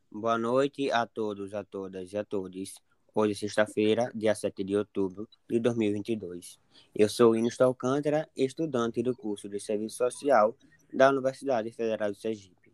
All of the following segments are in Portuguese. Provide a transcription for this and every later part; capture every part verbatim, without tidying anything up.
Boa noite a todos, a todas e a todos. Hoje é sexta-feira, dia sete de outubro de dois mil e vinte e dois. Eu sou Inos Alcântara, estudante do curso de Serviço Social da Universidade Federal de Sergipe.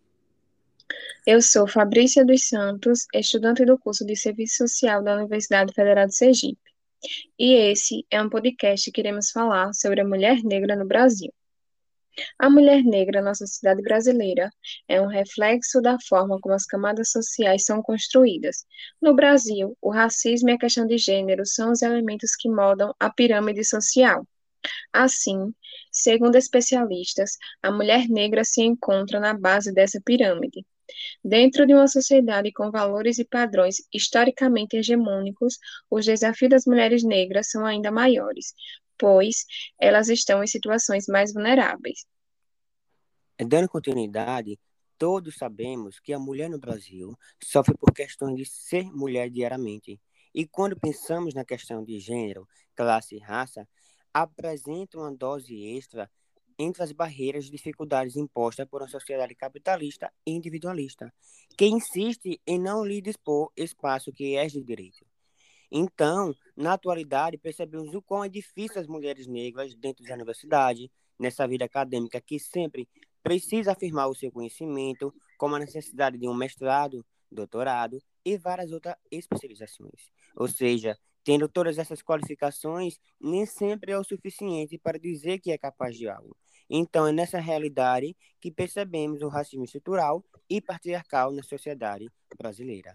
Eu sou Fabrícia dos Santos, estudante do curso de Serviço Social da Universidade Federal de Sergipe. E esse é um podcast que iremos falar sobre a mulher negra no Brasil. A mulher negra na sociedade brasileira é um reflexo da forma como as camadas sociais são construídas. No Brasil, o racismo e a questão de gênero são os elementos que moldam a pirâmide social. Assim, segundo especialistas, a mulher negra se encontra na base dessa pirâmide. Dentro de uma sociedade com valores e padrões historicamente hegemônicos, os desafios das mulheres negras são ainda maiores, pois elas estão em situações mais vulneráveis. Dando continuidade, todos sabemos que a mulher no Brasil sofre por questões de ser mulher diariamente. E quando pensamos na questão de gênero, classe e raça, apresenta uma dose extra entre as barreiras e dificuldades impostas por uma sociedade capitalista e individualista, que insiste em não lhe dispor espaço que é de direito. Então, na atualidade, percebemos o quão é difícil as mulheres negras dentro da universidade, nessa vida acadêmica que sempre precisa afirmar o seu conhecimento, como a necessidade de um mestrado, doutorado e várias outras especializações. Ou seja, tendo todas essas qualificações, nem sempre é o suficiente para dizer que é capaz de algo. Então, é nessa realidade que percebemos o racismo estrutural e patriarcal na sociedade brasileira.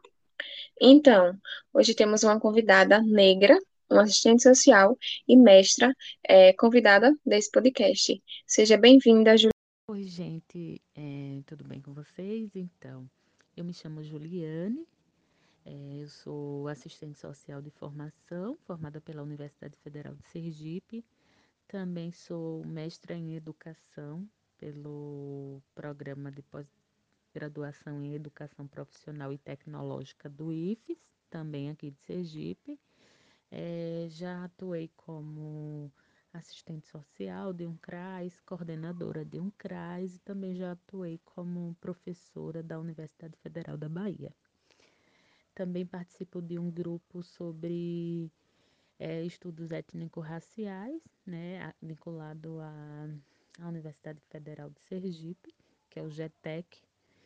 Então, hoje temos uma convidada negra, uma assistente social e mestra, eh, convidada desse podcast. Seja bem-vinda, Ju. Oi, gente, é, tudo bem com vocês? Então, eu me chamo Juliane, é, eu sou assistente social de formação, formada pela Universidade Federal de Sergipe. Também sou mestra em educação pelo programa de pós-graduação em educação profissional e tecnológica do I F E S, também aqui de Sergipe. É, já atuei como assistente social de um CRAS, coordenadora de um CRAS e também já atuei como professora da Universidade Federal da Bahia. Também participo de um grupo sobre é, estudos étnico-raciais, né, vinculado à, à Universidade Federal de Sergipe, que é o GETEC,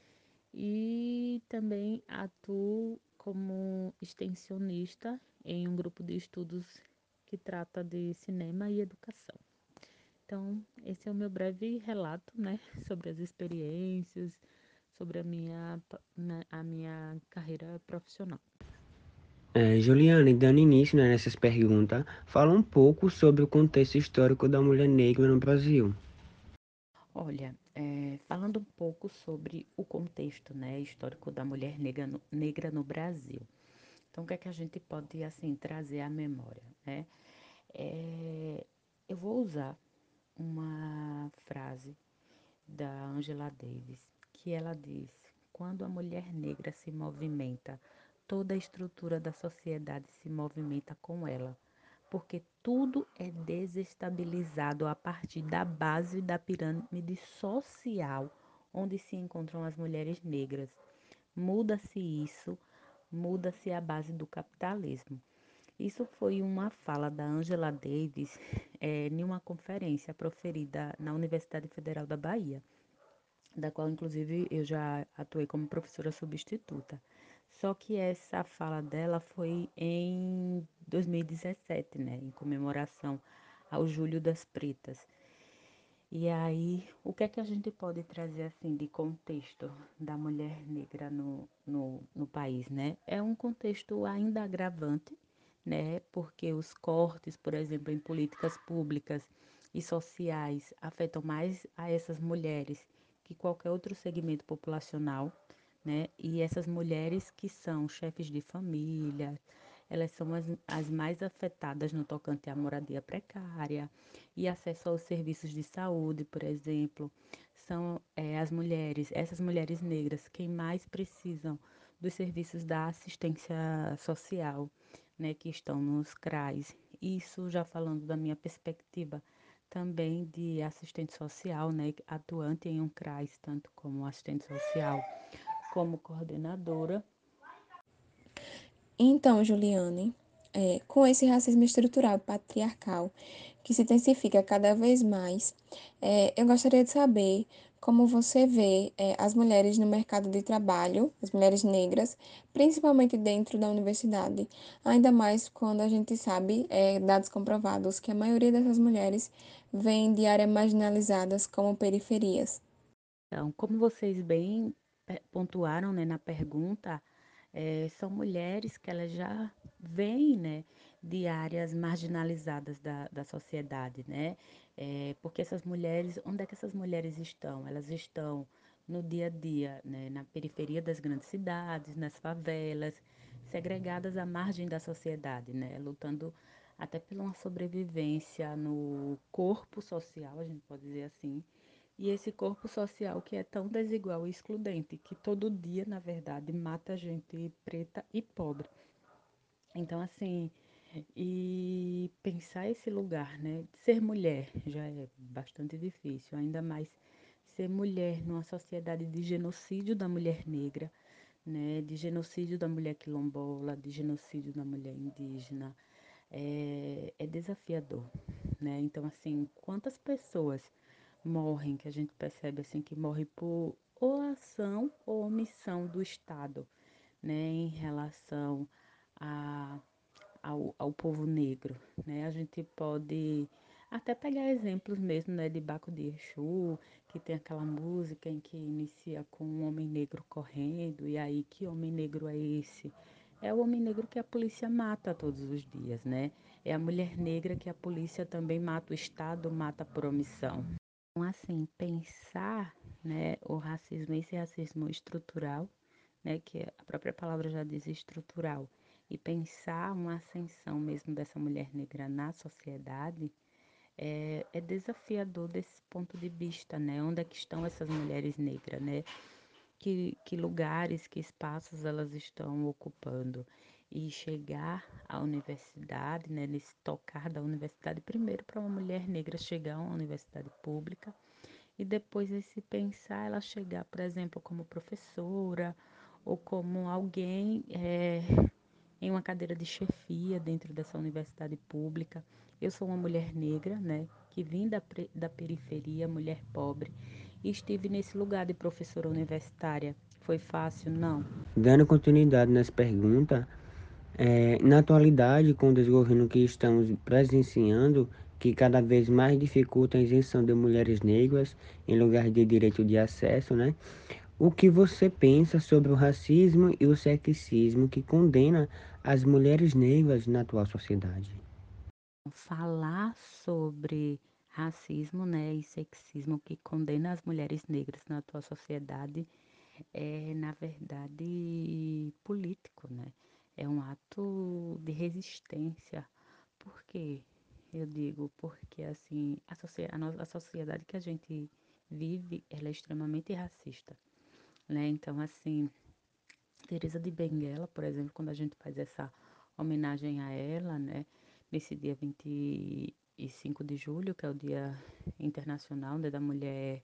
e também atuo como extensionista em um grupo de estudos que trata de cinema e educação. Então, esse é o meu breve relato, né, sobre as experiências, sobre a minha, né, a minha carreira profissional. É, Juliane, dando início, né, nessas perguntas, fala um pouco sobre o contexto histórico da mulher negra no Brasil. Olha, é, falando um pouco sobre o contexto, né, histórico da mulher negra no, negra no Brasil. Então, o que é que a gente pode, assim, trazer à memória, né? É, eu vou usar uma frase da Angela Davis, que ela diz: quando a mulher negra se movimenta, toda a estrutura da sociedade se movimenta com ela, porque tudo é desestabilizado a partir da base da pirâmide social onde se encontram as mulheres negras. Muda-se isso, muda-se a base do capitalismo. Isso foi uma fala da Angela Davis é, em uma conferência proferida na Universidade Federal da Bahia, da qual inclusive eu já atuei como professora substituta. Só que essa fala dela foi em dois mil e dezessete, né, em comemoração ao Julho das Pretas. E aí, o que é que a gente pode trazer assim de contexto da mulher negra no, no, no país, né? É um contexto ainda agravante, né? Porque os cortes, por exemplo, em políticas públicas e sociais afetam mais a essas mulheres que qualquer outro segmento populacional, né? E essas mulheres que são chefes de família, elas são as, as mais afetadas no tocante à moradia precária e acesso aos serviços de saúde, por exemplo. São é, as mulheres, essas mulheres negras, quem mais precisam dos serviços da assistência social, né, que estão nos CRAs. Isso já falando da minha perspectiva também de assistente social, né, atuante em um CRAS, tanto como assistente social como coordenadora. Então, Juliane, é, com esse racismo estrutural e patriarcal que se intensifica cada vez mais, é, eu gostaria de saber como você vê, é, as mulheres no mercado de trabalho, as mulheres negras, principalmente dentro da universidade, ainda mais quando a gente sabe, é, dados comprovados, que a maioria dessas mulheres vem de áreas marginalizadas como periferias. Então, como vocês bem pe- pontuaram, né, na pergunta, eh, são mulheres que elas já vêm, né, de áreas marginalizadas da, da sociedade, né? Eh, porque essas mulheres, onde é que essas mulheres estão? Elas estão no dia a dia, né, na periferia das grandes cidades, nas favelas, segregadas à margem da sociedade, né? Lutando até por uma sobrevivência no corpo social, a gente pode dizer assim, e esse corpo social que é tão desigual e excludente, que todo dia, na verdade, mata gente preta e pobre. Então, assim, e pensar esse lugar, né? Ser mulher já é bastante difícil, ainda mais ser mulher numa sociedade de genocídio da mulher negra, né? De genocídio da mulher quilombola, de genocídio da mulher indígena, é, é desafiador, né? Então, assim, quantas pessoas morrem, que a gente percebe assim que morre por ou ação ou omissão do Estado, né, em relação a, ao, ao povo negro, né? A gente pode até pegar exemplos mesmo, né, de Baco de Exu, que tem aquela música em que inicia com um homem negro correndo, e aí que homem negro é esse? É o homem negro que a polícia mata todos os dias, né? É a mulher negra que a polícia também mata, o Estado mata por omissão. Então, assim, pensar, né, o racismo, esse racismo estrutural, né, que a própria palavra já diz estrutural, e pensar uma ascensão mesmo dessa mulher negra na sociedade, é, é desafiador desse ponto de vista, né? Onde é que estão essas mulheres negras, né? Que, que lugares, que espaços elas estão ocupando? E chegar à universidade, né? Nesse tocar da universidade, primeiro para uma mulher negra chegar a uma universidade pública, e depois esse pensar ela chegar, por exemplo, como professora ou como alguém é, em uma cadeira de chefia dentro dessa universidade pública. Eu sou uma mulher negra, né, que vim da, da periferia, mulher pobre, e estive nesse lugar de professora universitária. Foi fácil? Não. Dando continuidade nessa pergunta, é, na atualidade, com o desgoverno que estamos presenciando, que cada vez mais dificulta a isenção de mulheres negras em lugar de direito de acesso, né? O que você pensa sobre o racismo e o sexismo que condena as mulheres negras na atual sociedade? Falar sobre racismo, né, e sexismo que condena as mulheres negras na atual sociedade é, na verdade, político, né? É um ato de resistência. Por quê? Eu digo porque, assim, a, socie- a, no- a sociedade que a gente vive, ela é extremamente racista, né? Então, assim, Teresa de Benguela, por exemplo, quando a gente faz essa homenagem a ela, né? Nesse dia vinte e cinco de julho, que é o Dia Internacional, né, da Mulher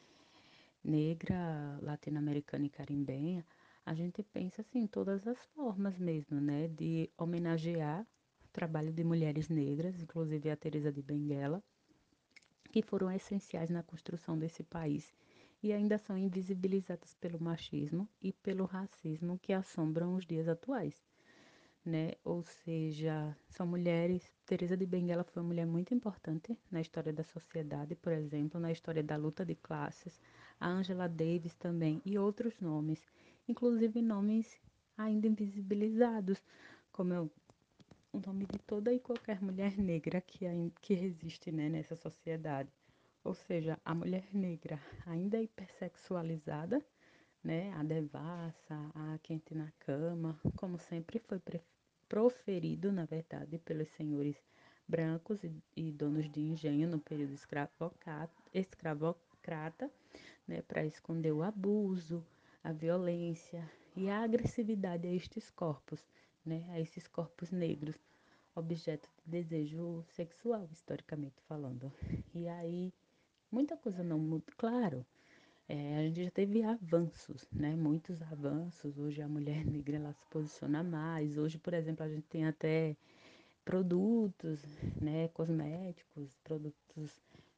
Negra, latino-americana e carimbenha, a gente pensa assim, em todas as formas mesmo, né, de homenagear o trabalho de mulheres negras, inclusive a Teresa de Benguela, que foram essenciais na construção desse país e ainda são invisibilizadas pelo machismo e pelo racismo que assombram os dias atuais, né? Ou seja, são mulheres. Teresa de Benguela foi uma mulher muito importante na história da sociedade, por exemplo, na história da luta de classes. A Angela Davis também e outros nomes, inclusive nomes ainda invisibilizados, como é o o nome de toda e qualquer mulher negra que, ain- que existe, né, nessa sociedade. Ou seja, a mulher negra ainda é hipersexualizada, né? A devassa, a quente na cama, como sempre foi pre- proferido, na verdade, pelos senhores brancos e, e donos de engenho no período escravoca- escravocrata, né? Para esconder o abuso, a violência e a agressividade a estes corpos, né? A esses corpos negros, objeto de desejo sexual, historicamente falando. E aí, muita coisa não muda, claro. É, a gente já teve avanços, né? Muitos avanços. Hoje a mulher negra ela se posiciona mais. Hoje, por exemplo, a gente tem até produtos, né? Cosméticos, produtos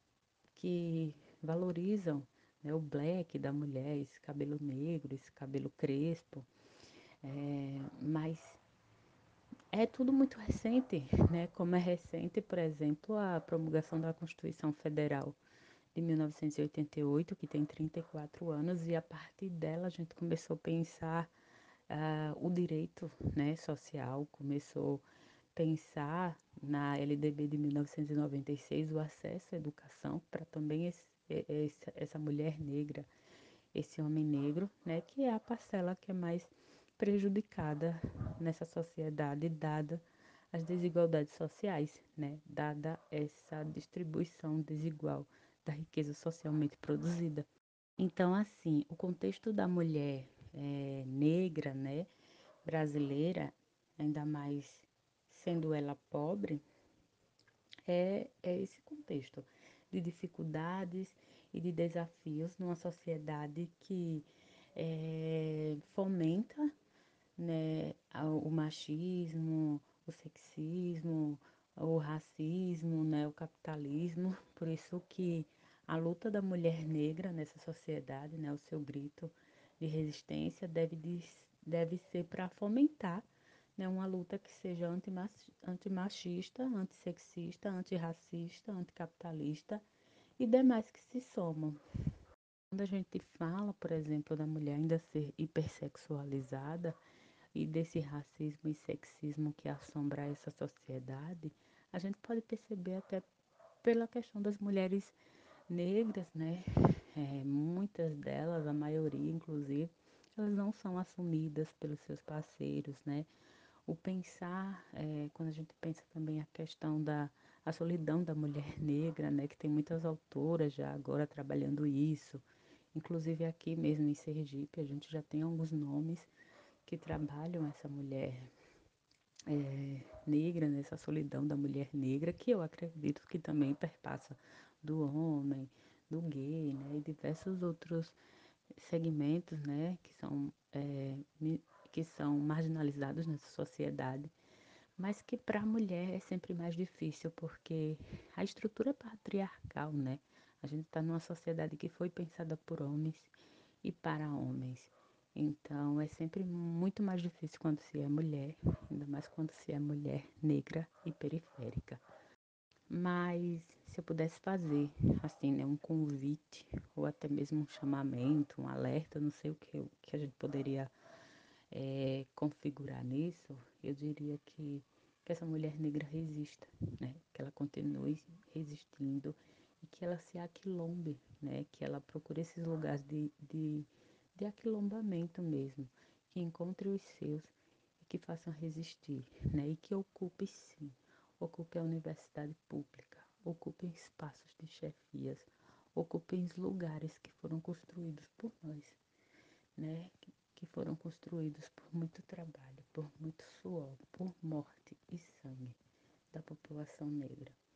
que valorizam, né, o black da mulher, esse cabelo negro, esse cabelo crespo. É, mas é tudo muito recente, né? Como é recente, por exemplo, a promulgação da Constituição Federal de mil novecentos e oitenta e oito, que tem trinta e quatro anos, e a partir dela a gente começou a pensar uh, o direito, né, social, começou a pensar na L D B de mil novecentos e noventa e seis o acesso à educação para também esse, esse, essa mulher negra, esse homem negro, né, que é a parcela que é mais prejudicada nessa sociedade, dada as desigualdades sociais, né, dada essa distribuição desigual da riqueza socialmente produzida. Então, assim, o contexto da mulher é, negra, né, brasileira, ainda mais sendo ela pobre, é, é esse contexto de dificuldades e de desafios numa sociedade que é, fomenta, né, o machismo, o sexismo, o racismo, né, o capitalismo. Por isso que a luta da mulher negra nessa sociedade, né, o seu grito de resistência deve, de, deve ser para fomentar, né, uma luta que seja antimachista, antissexista, antirracista, anticapitalista e demais que se somam. Quando a gente fala, por exemplo, da mulher ainda ser hipersexualizada e desse racismo e sexismo que assombra essa sociedade, a gente pode perceber até pela questão das mulheres negras, né? É, muitas delas, a maioria inclusive, elas não são assumidas pelos seus parceiros, né? O pensar, é, quando a gente pensa também a questão da a solidão da mulher negra, né? Que tem muitas autoras já agora trabalhando isso. Inclusive aqui mesmo em Sergipe, a gente já tem alguns nomes que trabalham essa mulher é, negra, nessa solidão da mulher negra, que eu acredito que também perpassa do homem, do gay, né, e diversos outros segmentos, né, que são, é, que são marginalizados nessa sociedade, mas que para a mulher é sempre mais difícil, porque a estrutura patriarcal, né, a gente está numa sociedade que foi pensada por homens e para homens. Então, é sempre muito mais difícil quando se é mulher, ainda mais quando se é mulher negra e periférica. Mas, se eu pudesse fazer, assim, né, um convite, ou até mesmo um chamamento, um alerta, não sei o que, o que a gente poderia é, configurar nisso, eu diria que, que essa mulher negra resista, né, que ela continue resistindo e que ela se aquilombe, né, que ela procure esses lugares de, de de aquilombamento mesmo, que encontre os seus e que façam resistir, né? E que ocupe sim, ocupe a universidade pública, ocupem espaços de chefias, ocupem os lugares que foram construídos por nós, né? Que, que foram construídos por muito trabalho, por muito suor, por morte e sangue da população negra.